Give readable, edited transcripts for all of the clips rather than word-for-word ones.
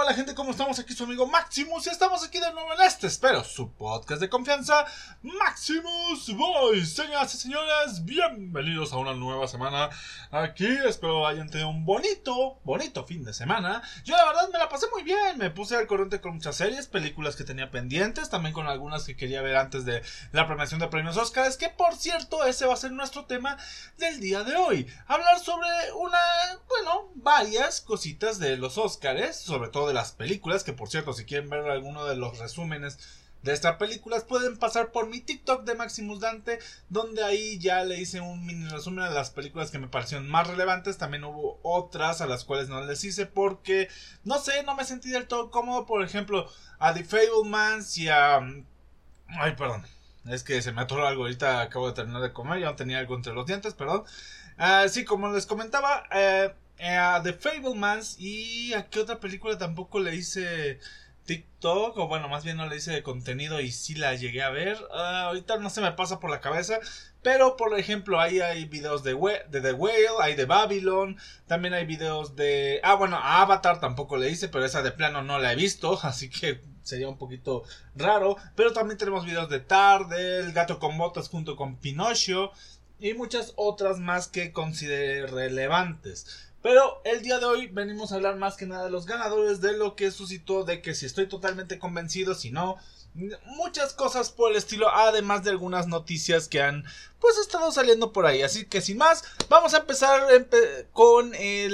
Hola gente, ¿cómo estamos? Aquí su amigo Maximus y estamos aquí de nuevo en espero, su podcast de confianza, Maximus Boys. Señoras y señores, bienvenidos a una nueva semana aquí. Espero hayan tenido un bonito fin de semana. Yo la verdad me la pasé muy bien, me puse al corriente con muchas series, películas que tenía pendientes, también con algunas que quería ver antes de la premiación de premios Oscars, que por cierto ese va a ser nuestro tema del día de hoy. Hablar sobre varias cositas de los Oscars, sobre todo de las películas, que por cierto, si quieren ver alguno de los resúmenes de estas películas, pueden pasar por mi TikTok de Maximus Dante, donde ahí ya le hice un mini resumen de las películas que me parecieron más relevantes. También hubo otras a las cuales no les hice porque, no sé, no me sentí del todo cómodo. Por ejemplo, a The Fabelmans y a... Ay, perdón, es que se me atoró algo, ahorita acabo de terminar de comer, ya no tenía algo entre los dientes, perdón. Sí, como les comentaba, a The Fabelmans y a qué otra película tampoco le hice TikTok, o bueno, más bien no le hice de contenido y sí la llegué a ver. Ahorita no se me pasa por la cabeza, pero por ejemplo ahí hay videos de The Whale, hay de Babylon, también hay videos de... a Avatar tampoco le hice, pero esa de plano no la he visto, así que sería un poquito raro. Pero también tenemos videos de Tar, del Gato con Botas junto con Pinocho y muchas otras más que consideré relevantes. Pero el día de hoy venimos a hablar más que nada de los ganadores, de lo que suscitó, de que si estoy totalmente convencido, si no, muchas cosas por el estilo, además de algunas noticias que han estado saliendo por ahí. Así que sin más, vamos a empezar con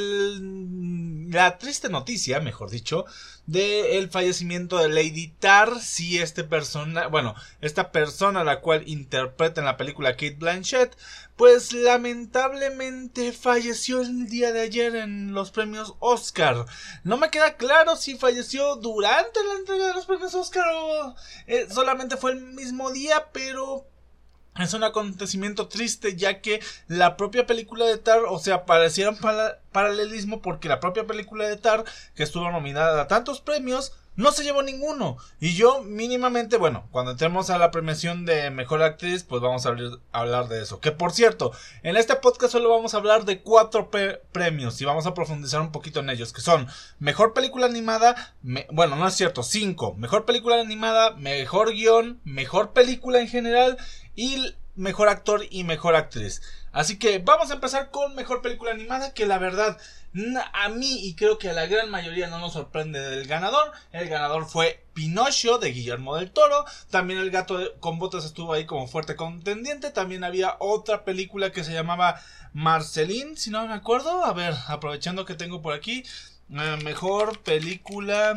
la triste noticia, mejor dicho, del fallecimiento de Lady Tar. Si esta persona la cual interpreta en la película Cate Blanchett, pues lamentablemente falleció el día de ayer en los premios Oscar. No me queda claro si falleció durante la entrega de los premios Oscar o solamente fue el mismo día, pero es un acontecimiento triste, ya que la propia película de Tar, pareciera un paralelismo, porque la propia película de Tar, que estuvo nominada a tantos premios, no se llevó ninguno. Y yo mínimamente, cuando entremos a la premiación de Mejor Actriz, pues vamos a hablar de eso. Que por cierto, en este podcast solo vamos a hablar de 4 premios y vamos a profundizar un poquito en ellos, que son Mejor Película Animada, no es cierto, 5. Mejor Película Animada, Mejor Guión, Mejor Película en general y Mejor Actor y Mejor Actriz. Así que vamos a empezar con Mejor Película Animada, que la verdad a mí y creo que a la gran mayoría no nos sorprende del ganador. El ganador fue Pinocho de Guillermo del Toro. También El Gato con Botas estuvo ahí como fuerte contendiente. También había otra película que se llamaba Marceline, si no me acuerdo. A ver, aprovechando que tengo por aquí, Mejor Película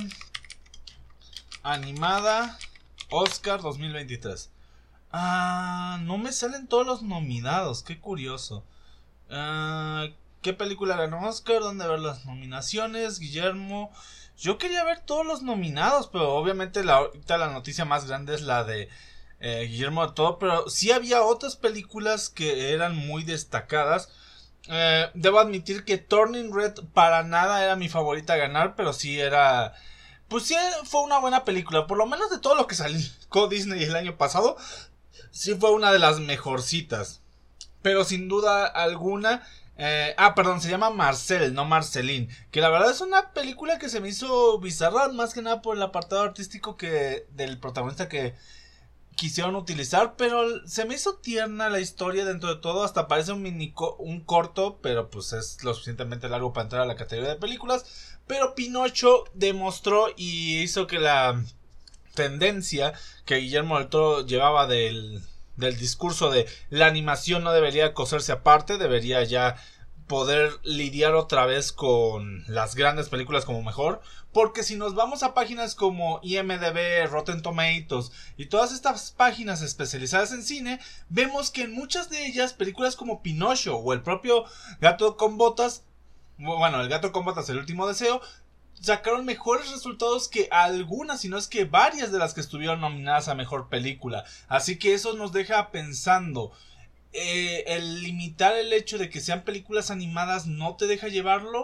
Animada Oscar 2023. No me salen todos los nominados, qué curioso. ¿Qué película ganó Oscar? ¿Dónde ver las nominaciones? Guillermo. Yo quería ver todos los nominados, pero obviamente ahorita la noticia más grande es la de Guillermo del Toro, pero sí había otras películas que eran muy destacadas. Debo admitir que Turning Red para nada era mi favorita a ganar, pero sí era... Pues sí fue una buena película, por lo menos de todo lo que salió Disney el año pasado. Sí fue una de las mejorcitas. Pero sin duda alguna... se llama Marcel, no Marceline. Que la verdad es una película que se me hizo bizarra, más que nada por el apartado artístico del protagonista que quisieron utilizar. Pero se me hizo tierna la historia dentro de todo. Hasta parece un corto, pero pues es lo suficientemente largo para entrar a la categoría de películas. Pero Pinocho demostró y hizo que la tendencia que Guillermo del Toro llevaba del discurso de la animación no debería coserse aparte, debería ya poder lidiar otra vez con las grandes películas como mejor. Porque si nos vamos a páginas como IMDb, Rotten Tomatoes y todas estas páginas especializadas en cine, vemos que en muchas de ellas películas como Pinocho o el propio Gato con Botas, el Gato con Botas, El Último Deseo, sacaron mejores resultados que algunas, si no es que varias de las que estuvieron nominadas a Mejor Película. Así que eso nos deja pensando. El limitar el hecho de que sean películas animadas no te deja llevarlo.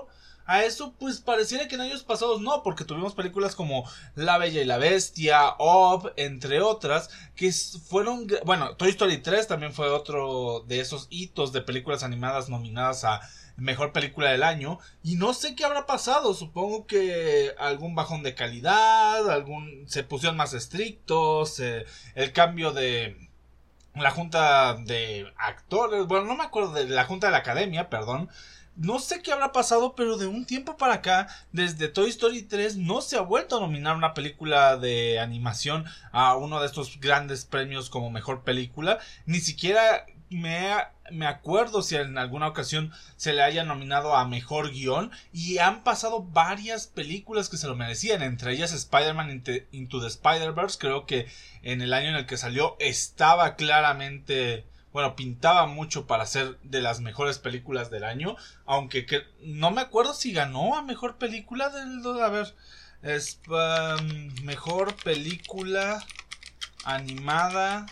a eso pues pareciera que en años pasados no, porque tuvimos películas como La Bella y la Bestia, Up, entre otras, que fueron, bueno, Toy Story 3 también fue otro de esos hitos de películas animadas nominadas a mejor película del año, y no sé qué habrá pasado. Supongo que algún bajón de calidad, se pusieron más estrictos, el cambio de la junta de actores, bueno, no me acuerdo, de la junta de la academia, perdón. No sé qué habrá pasado, pero de un tiempo para acá, desde Toy Story 3, no se ha vuelto a nominar una película de animación a uno de estos grandes premios como mejor película. Ni siquiera me acuerdo si en alguna ocasión se le haya nominado a mejor guión, y han pasado varias películas que se lo merecían, entre ellas Spider-Man Into the Spider-Verse. Creo que en el año en el que salió estaba claramente, bueno, pintaba mucho para ser de las mejores películas del año, aunque no me acuerdo si ganó a mejor película a ver, es mejor película animada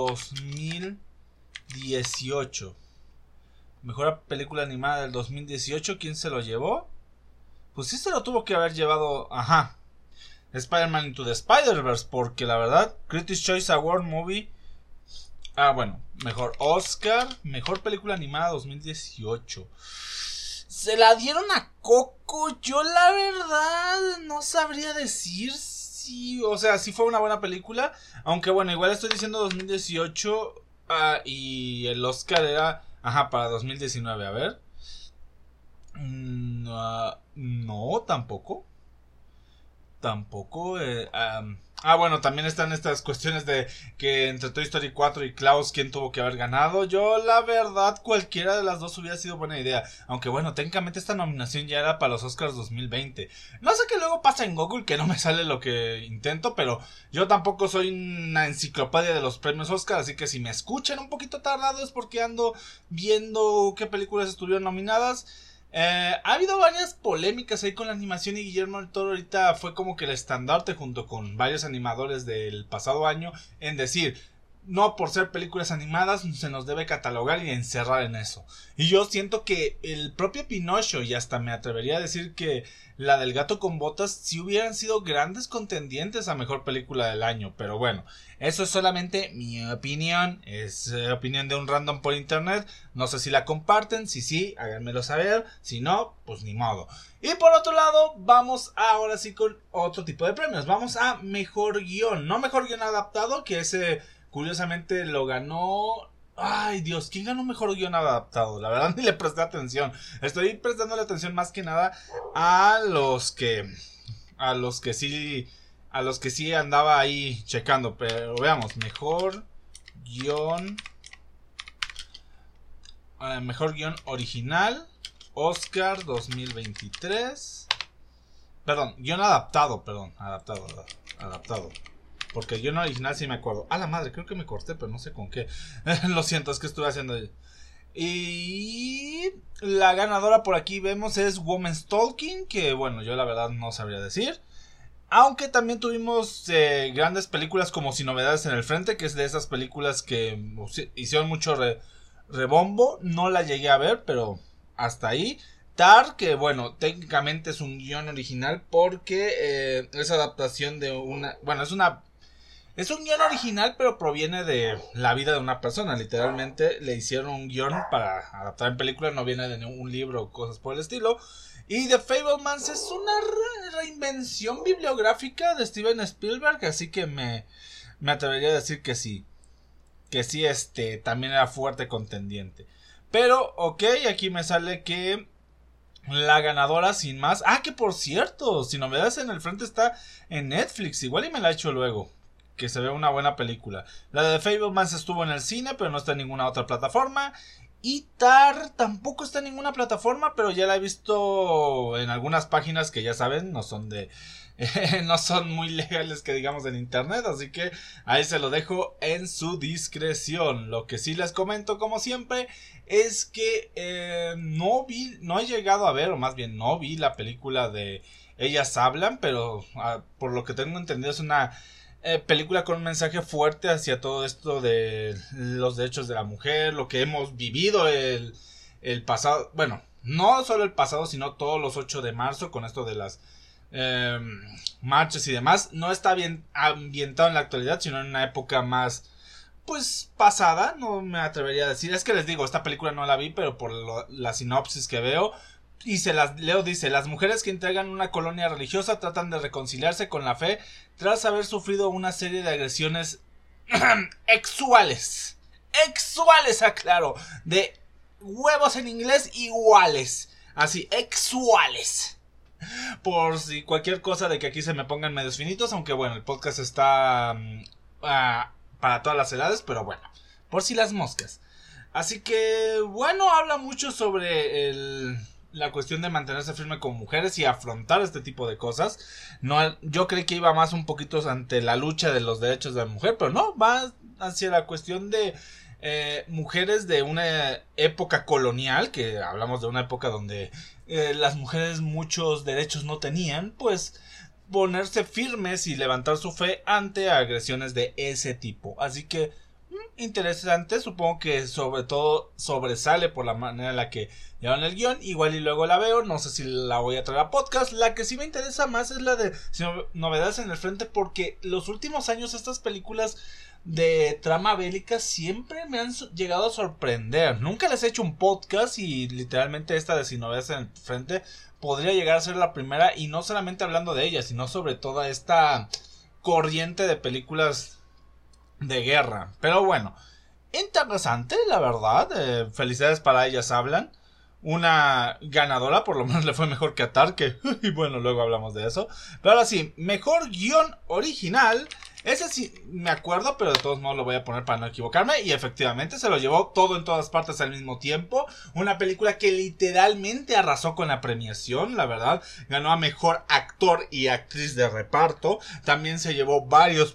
2018. Mejor película animada del 2018, ¿quién se lo llevó? Pues sí se lo tuvo que haber llevado, ajá, Spider-Man Into the Spider-Verse, porque la verdad, Critics' Choice Award Movie. Bueno, mejor Oscar, mejor película animada 2018. Se la dieron a Coco. Yo la verdad no sabría decir si, o sea, si fue una buena película. Aunque bueno, igual estoy diciendo 2018 y el Oscar era, ajá, para 2019. A ver. No, tampoco. Tampoco. Bueno, también están estas cuestiones de que entre Toy Story 4 y Klaus, ¿quién tuvo que haber ganado? Yo, la verdad, cualquiera de las dos hubiera sido buena idea. Aunque bueno, técnicamente esta nominación ya era para los Oscars 2020. No sé qué luego pasa en Google, que no me sale lo que intento, pero yo tampoco soy una enciclopedia de los premios Oscar, así que si me escuchan un poquito tardado es porque ando viendo qué películas estuvieron nominadas. Ha habido varias polémicas ahí con la animación, y Guillermo del Toro ahorita fue como que el estandarte junto con varios animadores del pasado año en decir, no por ser películas animadas se nos debe catalogar y encerrar en eso. Y yo siento que el propio Pinocho, y hasta me atrevería a decir que la del gato con botas, sí hubieran sido grandes contendientes a mejor película del año. Pero bueno, eso es solamente mi opinión, es opinión de un random por internet. No sé si la comparten, si sí, háganmelo saber, si no, pues ni modo. Y por otro lado, vamos ahora sí con otro tipo de premios. Vamos a mejor guión, no mejor guión adaptado, que ese curiosamente lo ganó. Ay Dios, ¿quién ganó mejor guión adaptado? La verdad ni le presté atención. Estoy prestándole atención más que nada a los que sí andaba ahí checando. Pero veamos, mejor guión original, Oscar 2023. Perdón, guión adaptado, adaptado. Porque el guión original sí me acuerdo. A la madre, creo que me corté, pero no sé con qué. Lo siento, es que estuve haciendo. Y la ganadora por aquí vemos es Woman's Talking, que bueno, yo la verdad no sabría decir. Aunque también tuvimos grandes películas como Sin Novedades en el Frente, que es de esas películas que hicieron mucho rebombo. No la llegué a ver, pero hasta ahí. Tar, que bueno, técnicamente es un guión original porque es adaptación de una... Bueno, es un guión original, pero proviene de la vida de una persona. Literalmente le hicieron un guión para adaptar en película, no viene de un libro o cosas por el estilo. Y The Fabelmans es una reinvención bibliográfica de Steven Spielberg, así que me atrevería a decir que sí. Que sí, también era fuerte contendiente. Pero, ok, aquí me sale que la ganadora sin más... que por cierto, Sin Novedades en el Frente está en Netflix, igual y me la echo luego, que se ve una buena película. La de The Fabelmans estuvo en el cine, pero no está en ninguna otra plataforma. Y Tar tampoco está en ninguna plataforma, pero ya la he visto en algunas páginas que ya saben, no son no son muy legales que digamos en internet, así que ahí se lo dejo en su discreción. Lo que sí les comento como siempre es que no he llegado a ver, o más bien no vi la película de Ellas Hablan, pero por lo que tengo entendido es una película con un mensaje fuerte hacia todo esto de los derechos de la mujer, lo que hemos vivido el pasado, bueno, no solo el pasado, sino todos los 8 de marzo, con esto de las marchas y demás, no está bien ambientado en la actualidad, sino en una época más, pues, pasada, no me atrevería a decir. Es que les digo, esta película no la vi, pero por la sinopsis que veo, y se las leo, dice: las mujeres que integran una colonia religiosa tratan de reconciliarse con la fe tras haber sufrido una serie de agresiones exuales, aclaro, de huevos en inglés iguales, así, exuales, por si cualquier cosa de que aquí se me pongan medios finitos, aunque bueno, el podcast está para todas las edades, pero bueno, por si las moscas. Así que bueno, habla mucho sobre la cuestión de mantenerse firme con mujeres y afrontar este tipo de cosas. No, yo creí que iba más un poquito ante la lucha de los derechos de la mujer, pero no, va hacia la cuestión de mujeres de una época colonial, que hablamos de una época donde las mujeres muchos derechos no tenían, pues ponerse firmes y levantar su fe ante agresiones de ese tipo. Así que interesante, supongo que sobre todo sobresale por la manera en la que llevan el guión. Igual y luego la veo, no sé si la voy a traer a podcast. La que sí me interesa más es la de novedades en el frente, porque los últimos años estas películas de trama bélica siempre me han llegado a sorprender. Nunca les he hecho un podcast, y literalmente esta de Sin Novedades en el Frente podría llegar a ser la primera, y no solamente hablando de ella, sino sobre toda esta corriente de películas de guerra. Pero bueno, interesante, la verdad. Felicidades para Ellas Hablan. Una ganadora, por lo menos le fue mejor que a Tar, que y bueno, luego hablamos de eso. Pero ahora sí, mejor guión original. Ese sí me acuerdo, pero de todos modos lo voy a poner para no equivocarme. Y efectivamente se lo llevó Todo en Todas Partes al Mismo Tiempo. Una película que literalmente arrasó con la premiación, la verdad. Ganó a mejor actor y actriz de reparto. También se llevó varios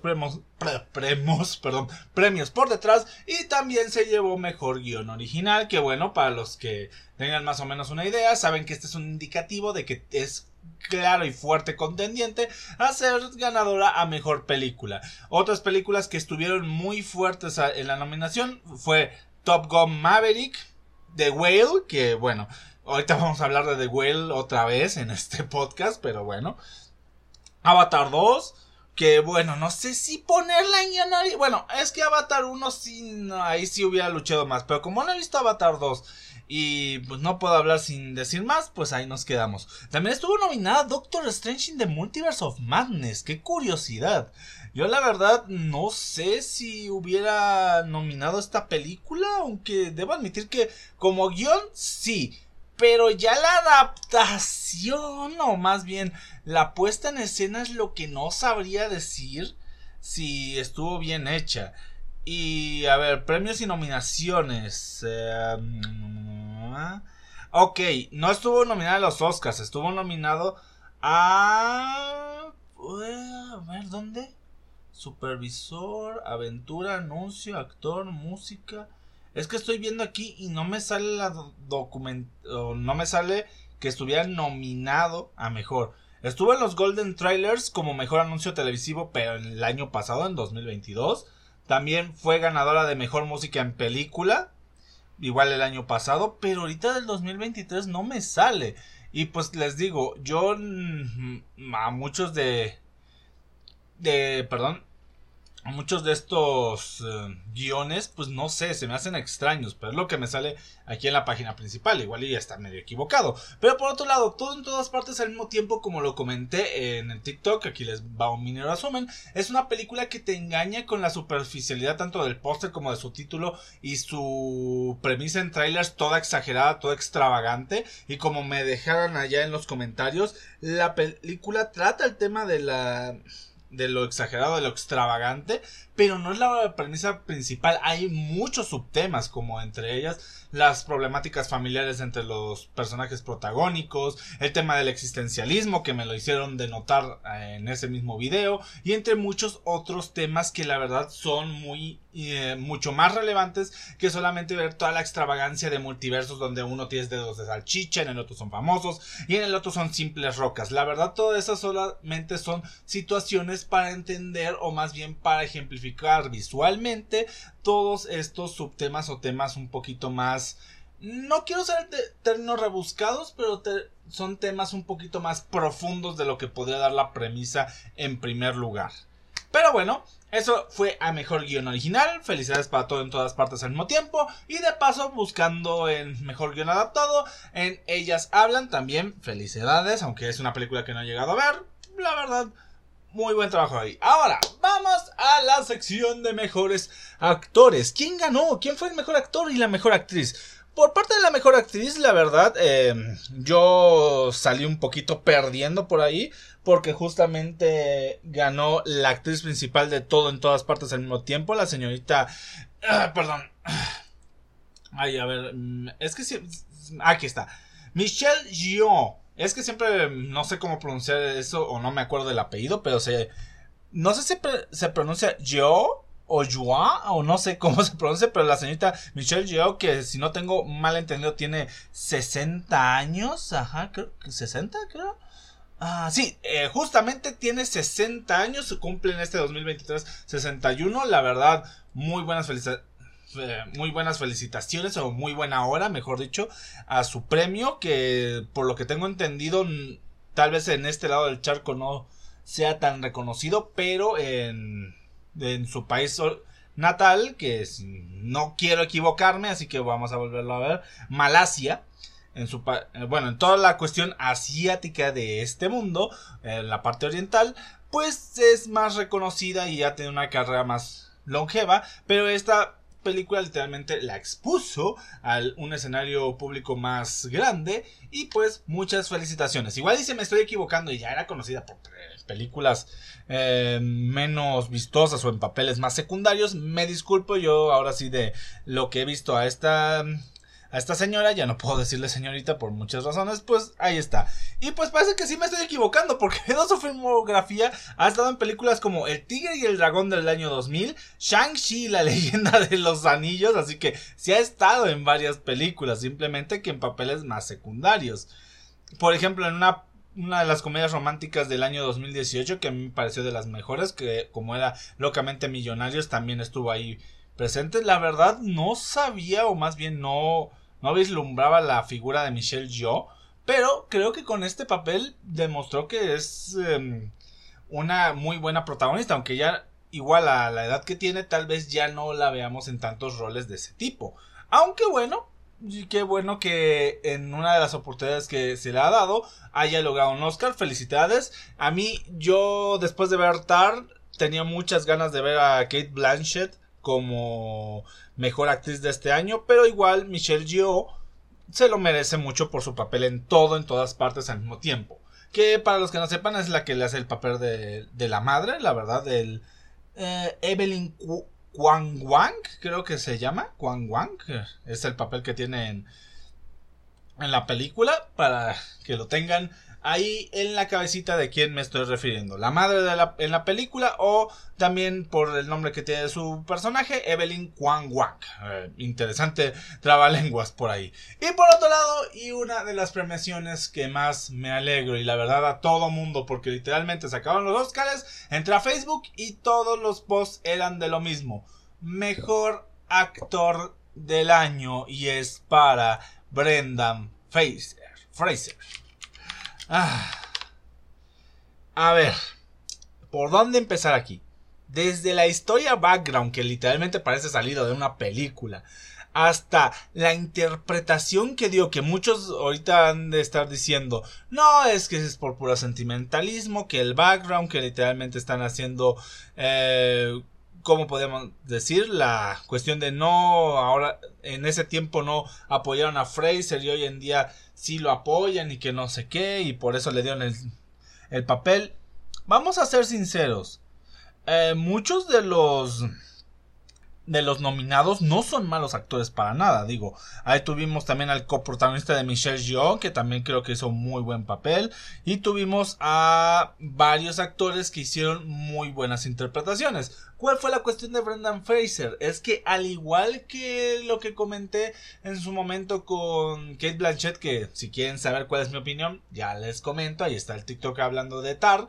premios por detrás. Y también se llevó mejor guión original. Que bueno, para los que tengan más o menos una idea, saben que este es un indicativo de que es claro y fuerte contendiente a ser ganadora a mejor película. Otras películas que estuvieron muy fuertes en la nominación fue Top Gun Maverick, The Whale, que bueno, ahorita vamos a hablar de The Whale otra vez en este podcast, pero bueno, Avatar 2, que bueno, no sé si ponerla en guion. Bueno, es que Avatar 1 sí, no, ahí sí hubiera luchado más, pero como no he visto Avatar 2 y pues no puedo hablar sin decir más, pues ahí nos quedamos. También estuvo nominada Doctor Strange in the Multiverse of Madness. ¡Qué curiosidad! Yo la verdad no sé si hubiera nominado esta película, aunque debo admitir que como guión sí, pero ya la adaptación, o más bien la puesta en escena, es lo que no sabría decir si estuvo bien hecha. Y a ver, premios y nominaciones. Ok, no estuvo nominado a los Oscars, estuvo nominado a ver, ¿dónde? Supervisor, aventura, anuncio, actor, música. Es que estoy viendo aquí y no me sale no me sale que estuviera nominado a mejor. Estuvo en los Golden Trailers como mejor anuncio televisivo, pero en el año pasado, en 2022. También fue ganadora de mejor música en película, igual el año pasado, pero ahorita del 2023 no me sale. Y pues les digo, yo a muchos perdón, a muchos de estos guiones, pues no sé, se me hacen extraños, pero es lo que me sale aquí en la página principal. Igual ya está medio equivocado, pero por otro lado, Todo en Todas Partes al Mismo Tiempo, como lo comenté en el TikTok, aquí les va un mini resumen. Es una película que te engaña con la superficialidad tanto del póster como de su título y su premisa en trailers, toda exagerada, toda extravagante. Y como me dejaron allá en los comentarios, la película trata el tema de lo exagerado, de lo extravagante, pero no es la premisa principal. Hay muchos subtemas, como entre ellas las problemáticas familiares entre los personajes protagónicos, el tema del existencialismo, que me lo hicieron de notar en ese mismo video, y entre muchos otros temas que la verdad son mucho más relevantes que solamente ver toda la extravagancia de multiversos, donde uno tiene dedos de salchicha, en el otro son famosos y en el otro son simples rocas. La verdad, todas esas solamente son situaciones para entender, o más bien para ejemplificar visualmente todos estos subtemas o temas un poquito más no quiero usar términos rebuscados, pero son temas un poquito más profundos de lo que podría dar la premisa en primer lugar. Pero bueno, eso fue a mejor guión original. Felicidades para todo en todas partes al mismo tiempo. Y de paso, buscando en mejor guión adaptado, en Ellas Hablan también. Felicidades, aunque es una película que no he llegado a ver. La verdad, muy buen trabajo ahí. Ahora, vamos a la sección de mejores actores. ¿Quién ganó? ¿Quién fue el mejor actor y la mejor actriz? Por parte de la mejor actriz, la verdad, yo salí un poquito perdiendo por ahí, porque justamente ganó la actriz principal de Todo en todas partes al mismo tiempo, la señorita... perdón. Ay, a ver, es que sí... Aquí está. Michelle Yeoh. Es que siempre no sé cómo pronunciar eso, o no me acuerdo del apellido, pero no sé si se pronuncia Yeoh o Joa, o no sé cómo se pronuncia, pero la señorita Michelle Yeoh, que si no tengo mal entendido tiene 60 años, ajá, creo que 60, creo. Ah, sí, justamente tiene 60 años, se cumple en este 2023 61, la verdad, muy buenas felicitaciones, o muy buena hora, mejor dicho, a su premio, que por lo que tengo entendido, tal vez en este lado del charco no sea tan reconocido, pero en su país natal, que no quiero equivocarme, así que vamos a volverlo a ver, Malasia, en toda la cuestión asiática de este mundo, en la parte oriental, pues es más reconocida y ya tiene una carrera más longeva, pero esta película literalmente la expuso a un escenario público más grande, y pues muchas felicitaciones. Igual dice me estoy equivocando y ya era conocida por películas menos vistosas o en papeles más secundarios. Me disculpo, yo ahora sí de lo que he visto a esta señora, ya no puedo decirle señorita por muchas razones, pues ahí está. Y pues parece que sí me estoy equivocando, porque toda su filmografía ha estado en películas como El Tigre y el Dragón del año 2000, Shang-Chi, la leyenda de los anillos, así que sí ha estado en varias películas, simplemente que en papeles más secundarios. Por ejemplo, en una de las comedias románticas del año 2018, que a mí me pareció de las mejores, que como era Locamente Millonarios, también estuvo ahí presente. La verdad no sabía, o más bien no vislumbraba la figura de Michelle Yeoh, pero creo que con este papel demostró que es una muy buena protagonista, aunque ya igual a la edad que tiene, tal vez ya no la veamos en tantos roles de ese tipo. Aunque bueno, qué bueno que en una de las oportunidades que se le ha dado haya logrado un Oscar. Felicidades. A mí, yo después de ver Tar, tenía muchas ganas de ver a Cate Blanchett como mejor actriz de este año, pero igual Michelle Yeoh se lo merece mucho por su papel en todas partes al mismo tiempo, que para los que no sepan es la que le hace el papel de la madre, la verdad, del Evelyn Kwang Wang, creo que se llama Kwang Wang, es el papel que tiene en la película, para que lo tengan ahí en la cabecita de quién me estoy refiriendo. La madre en la película, o también por el nombre que tiene su personaje, Evelyn Kwang Wang. Interesante trabalenguas por ahí. Y por otro lado, y una de las premiaciones que más me alegro, y la verdad a todo mundo, porque literalmente sacaron los Oscars, entré a Facebook y todos los posts eran de lo mismo. Mejor actor del año, y es para Brendan Fraser. A ver, ¿por dónde empezar aquí? Desde la historia background, que literalmente parece salido de una película, hasta la interpretación que dio, que muchos ahorita han de estar diciendo, no, es que es por puro sentimentalismo, que el background, que literalmente están haciendo, ¿cómo podemos decir? La cuestión de no, ahora, en ese tiempo no apoyaron a Fraser y hoy en día sí lo apoyan y que no sé qué, y por eso le dieron el papel. Vamos a ser sinceros, muchos de los nominados no son malos actores para nada. Digo, ahí tuvimos también al coprotagonista de Michelle Yeoh, que también creo que hizo muy buen papel, y tuvimos a varios actores que hicieron muy buenas interpretaciones. ¿Cuál fue la cuestión de Brendan Fraser? Es que al igual que lo que comenté en su momento con Cate Blanchett, que si quieren saber cuál es mi opinión, ya les comento, ahí está el TikTok hablando de Tar,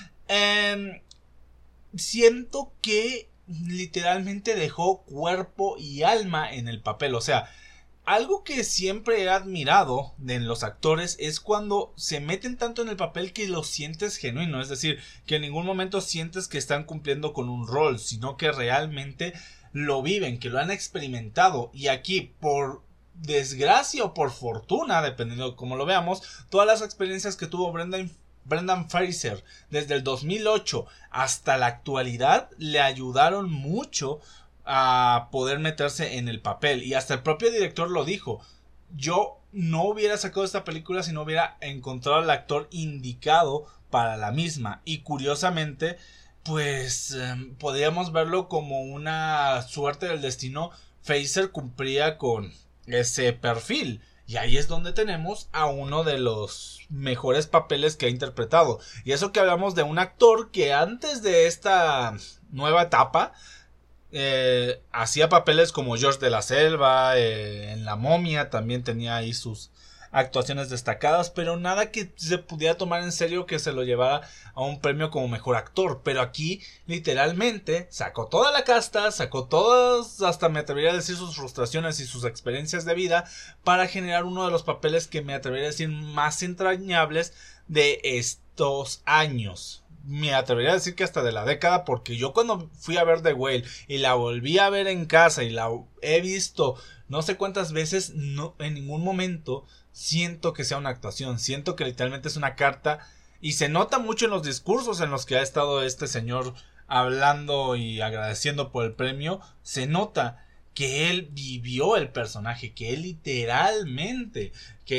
siento que literalmente dejó cuerpo y alma en el papel. O sea, algo que siempre he admirado en los actores es cuando se meten tanto en el papel que lo sientes genuino, es decir, que en ningún momento sientes que están cumpliendo con un rol, sino que realmente lo viven, que lo han experimentado. Y aquí, por desgracia o por fortuna, dependiendo de cómo lo veamos, todas las experiencias que tuvo Brendan Fraser desde el 2008 hasta la actualidad le ayudaron mucho a poder meterse en el papel. Y hasta el propio director lo dijo: yo no hubiera sacado esta película si no hubiera encontrado al actor indicado para la misma. Y curiosamente, pues podríamos verlo como una suerte del destino. Fraser cumplía con ese perfil, y ahí es donde tenemos a uno de los mejores papeles que ha interpretado. Y eso que hablamos de un actor que antes de esta nueva etapa hacía papeles como George de la Selva, en La Momia también tenía ahí sus actuaciones destacadas, pero nada que se pudiera tomar en serio que se lo llevara a un premio como mejor actor. Pero aquí literalmente sacó toda la casta, sacó todas, hasta me atrevería a decir, sus frustraciones y sus experiencias de vida para generar uno de los papeles que me atrevería a decir más entrañables de estos años. Me atrevería a decir que hasta de la década, porque yo cuando fui a ver The Whale y la volví a ver en casa y la he visto no sé cuántas veces, no, en ningún momento siento que sea una actuación, siento que literalmente es una carta, y se nota mucho en los discursos en los que ha estado este señor hablando y agradeciendo por el premio. Se nota que él vivió el personaje, que él literalmente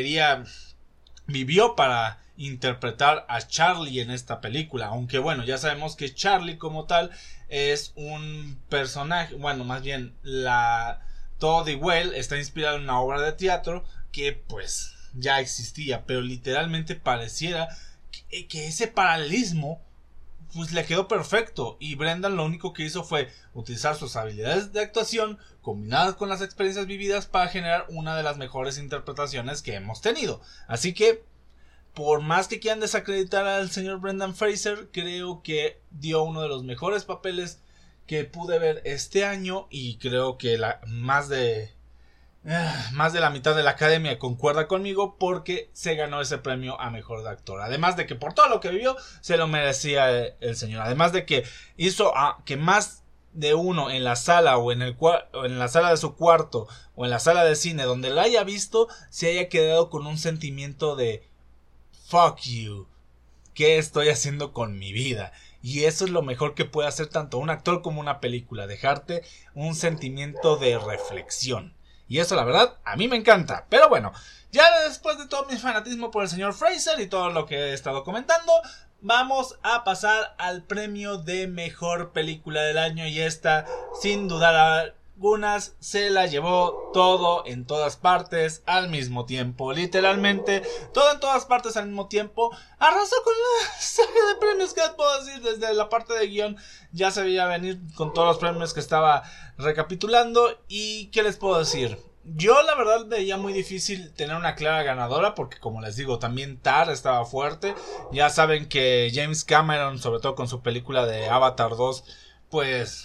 vivió para interpretar a Charlie en esta película. Aunque bueno, ya sabemos que Charlie como tal es un personaje, bueno, más bien todo The Whale está inspirado en una obra de teatro que pues ya existía, pero literalmente pareciera que ese paralelismo pues le quedó perfecto, y Brendan lo único que hizo fue utilizar sus habilidades de actuación combinadas con las experiencias vividas para generar una de las mejores interpretaciones que hemos tenido. Así que, por más que quieran desacreditar al señor Brendan Fraser, creo que dio uno de los mejores papeles que pude ver este año, y creo que más de la mitad de la academia concuerda conmigo, porque se ganó ese premio a mejor actor. Además de que por todo lo que vivió se lo merecía el señor. Además de que hizo que más de uno en la sala o en la sala de su cuarto o en la sala de cine donde la haya visto se haya quedado con un sentimiento de fuck you, ¿qué estoy haciendo con mi vida? Y eso es lo mejor que puede hacer tanto un actor como una película, dejarte un sentimiento de reflexión. Y eso, la verdad, a mí me encanta. Pero bueno, ya después de todo mi fanatismo por el señor Fraser y todo lo que he estado comentando, vamos a pasar al premio de mejor película del año. Y esta, sin dudar algunas, se la llevó Todo en Todas Partes al mismo tiempo. Literalmente, Todo en Todas Partes al mismo tiempo arrasó con la saga de premios que puedo decir. Desde la parte de guión ya se veía venir con todos los premios que estaba recapitulando. Y ¿qué les puedo decir? Yo la verdad veía muy difícil tener una clara ganadora, porque como les digo, también Tar estaba fuerte. Ya saben que James Cameron, sobre todo con su película de Avatar 2, pues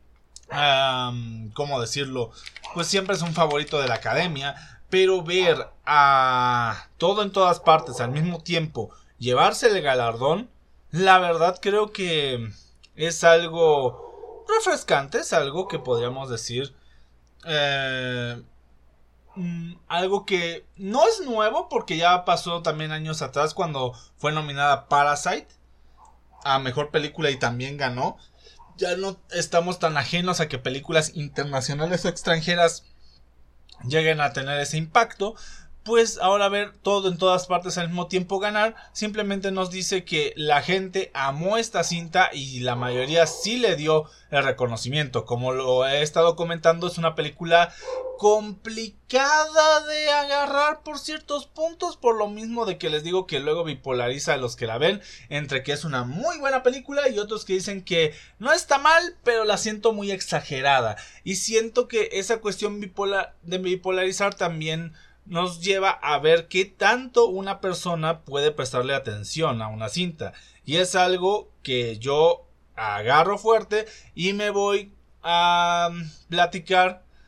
¿cómo decirlo? Pues siempre es un favorito de la academia. Pero ver a Todo en Todas Partes al mismo tiempo llevarse el galardón, la verdad creo que es algo refrescante, es algo que podríamos decir algo que no es nuevo, porque ya pasó también años atrás cuando fue nominada Parasite a mejor película y también ganó. Ya no estamos tan ajenos a que películas internacionales o extranjeras lleguen a tener ese impacto. Pues ahora ver Todo en Todas Partes al mismo tiempo ganar simplemente nos dice que la gente amó esta cinta y la mayoría sí le dio el reconocimiento. Como lo he estado comentando, es una película complicada de agarrar por ciertos puntos, por lo mismo de que les digo que luego bipolariza a los que la ven, entre que es una muy buena película y otros que dicen que no está mal, pero la siento muy exagerada. Y siento que esa cuestión de bipolarizar también nos lleva a ver qué tanto una persona puede prestarle atención a una cinta. Y es algo que yo agarro fuerte y me voy a platicar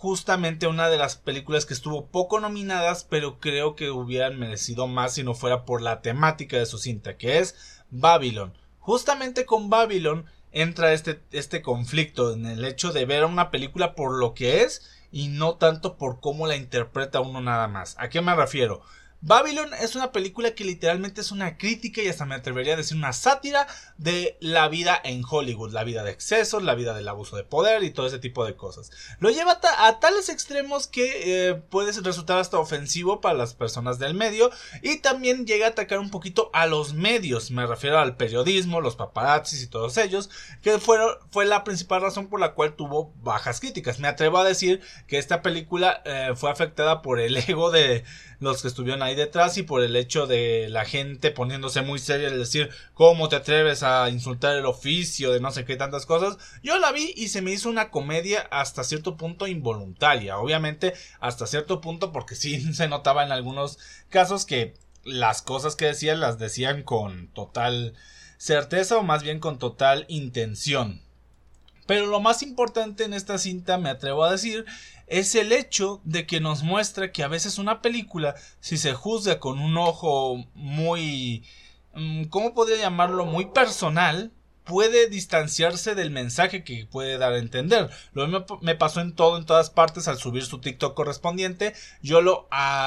justamente una de las películas que estuvo poco nominadas, pero creo que hubieran merecido más si no fuera por la temática de su cinta, que es Babylon. Justamente con Babylon entra este conflicto en el hecho de ver a una película por lo que es y no tanto por cómo la interpreta uno nada más. ¿A qué me refiero? Babylon es una película que literalmente es una crítica y hasta me atrevería a decir una sátira de la vida en Hollywood, la vida de excesos, la vida del abuso de poder y todo ese tipo de cosas. Lo lleva a tales extremos que puede resultar hasta ofensivo para las personas del medio y también llega a atacar un poquito a los medios, me refiero al periodismo, los paparazzis y todos ellos, que fue la principal razón por la cual tuvo bajas críticas. Me atrevo a decir que esta película fue afectada por el ego de los que estuvieron ahí detrás y por el hecho de la gente poniéndose muy seria y decir ¿cómo te atreves a insultar el oficio de no sé qué tantas cosas? Yo la vi y se me hizo una comedia hasta cierto punto involuntaria, obviamente hasta cierto punto porque sí se notaba en algunos casos que las cosas que decían las decían con total certeza o más bien con total intención. Pero lo más importante en esta cinta, me atrevo a decir, es el hecho de que nos muestra que a veces una película, si se juzga con un ojo muy, ¿cómo podría llamarlo? Muy personal, puede distanciarse del mensaje que puede dar a entender. Lo mismo me pasó en todas partes al subir su TikTok correspondiente. Yo lo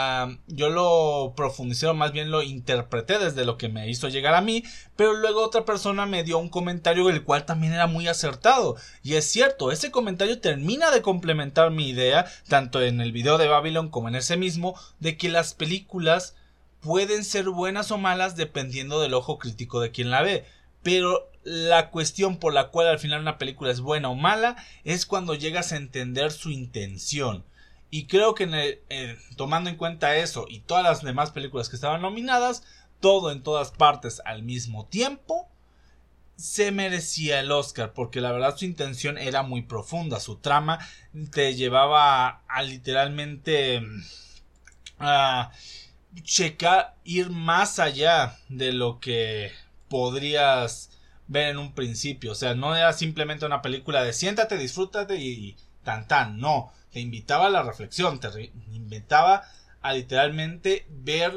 profundicé, o más bien lo interpreté desde lo que me hizo llegar a mí, pero luego otra persona me dio un comentario el cual también era muy acertado. Y es cierto, ese comentario termina de complementar mi idea, tanto en el video de Babylon como en ese mismo, de que las películas pueden ser buenas o malas dependiendo del ojo crítico de quien la ve. Pero la cuestión por la cual al final una película es buena o mala es cuando llegas a entender su intención. Y creo que tomando en cuenta eso y todas las demás películas que estaban nominadas, todo en todas partes al mismo tiempo, se merecía el Oscar, porque la verdad su intención era muy profunda. Su trama te llevaba a literalmente a checar, ir más allá de lo que podrías ver en un principio. O sea, no era simplemente una película de siéntate, disfrútate y tan, no, te invitaba a la reflexión, te invitaba a literalmente ver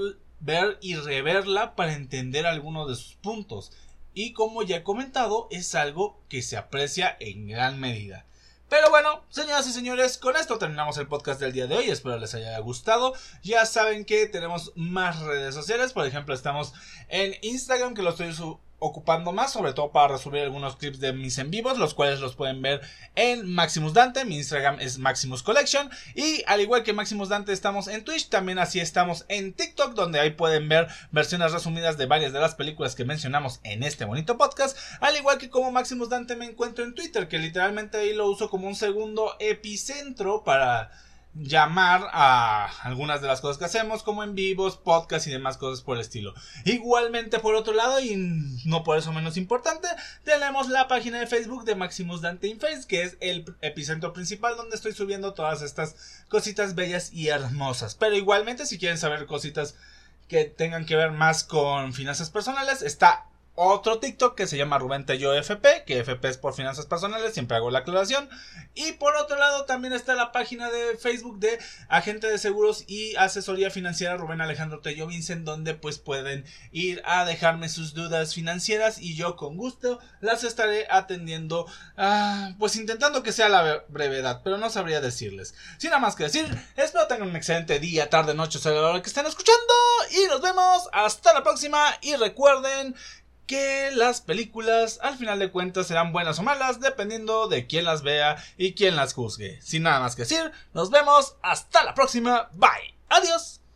y reverla para entender algunos de sus puntos, y como ya he comentado, es algo que se aprecia en gran medida. Pero bueno, señoras y señores, con esto terminamos el podcast del día de hoy. Espero les haya gustado. Ya saben que tenemos más redes sociales. Por ejemplo, estamos en Instagram, que lo estoy ocupando más, sobre todo para resubir algunos clips de mis en vivos, los cuales los pueden ver en Maximus Dante. Mi Instagram es Maximus Collection, y al igual que Maximus Dante estamos en Twitch, también así estamos en TikTok, donde ahí pueden ver versiones resumidas de varias de las películas que mencionamos en este bonito podcast. Al igual que como Maximus Dante me encuentro en Twitter, que literalmente ahí lo uso como un segundo epicentro para llamar a algunas de las cosas que hacemos, como en vivos, podcast y demás cosas por el estilo. Igualmente, por otro lado, y no por eso menos importante, tenemos la página de Facebook de Maximus Dante Inface, que es el epicentro principal donde estoy subiendo todas estas cositas bellas y hermosas. Pero igualmente, si quieren saber cositas que tengan que ver más con finanzas personales, está otro TikTok que se llama Rubén Tello FP, que FP es por finanzas personales, siempre hago la aclaración. Y por otro lado también está la página de Facebook de agente de seguros y asesoría financiera Rubén Alejandro Tello Vincent, donde pues pueden ir a dejarme sus dudas financieras y yo con gusto las estaré atendiendo, pues intentando que sea la brevedad, pero no sabría decirles. Sin nada más que decir, espero tengan un excelente día, tarde, noche, o sea, la hora que estén escuchando, y nos vemos hasta la próxima. Y recuerden que las películas al final de cuentas serán buenas o malas dependiendo de quién las vea y quién las juzgue. Sin nada más que decir, nos vemos hasta la próxima. Bye. Adiós.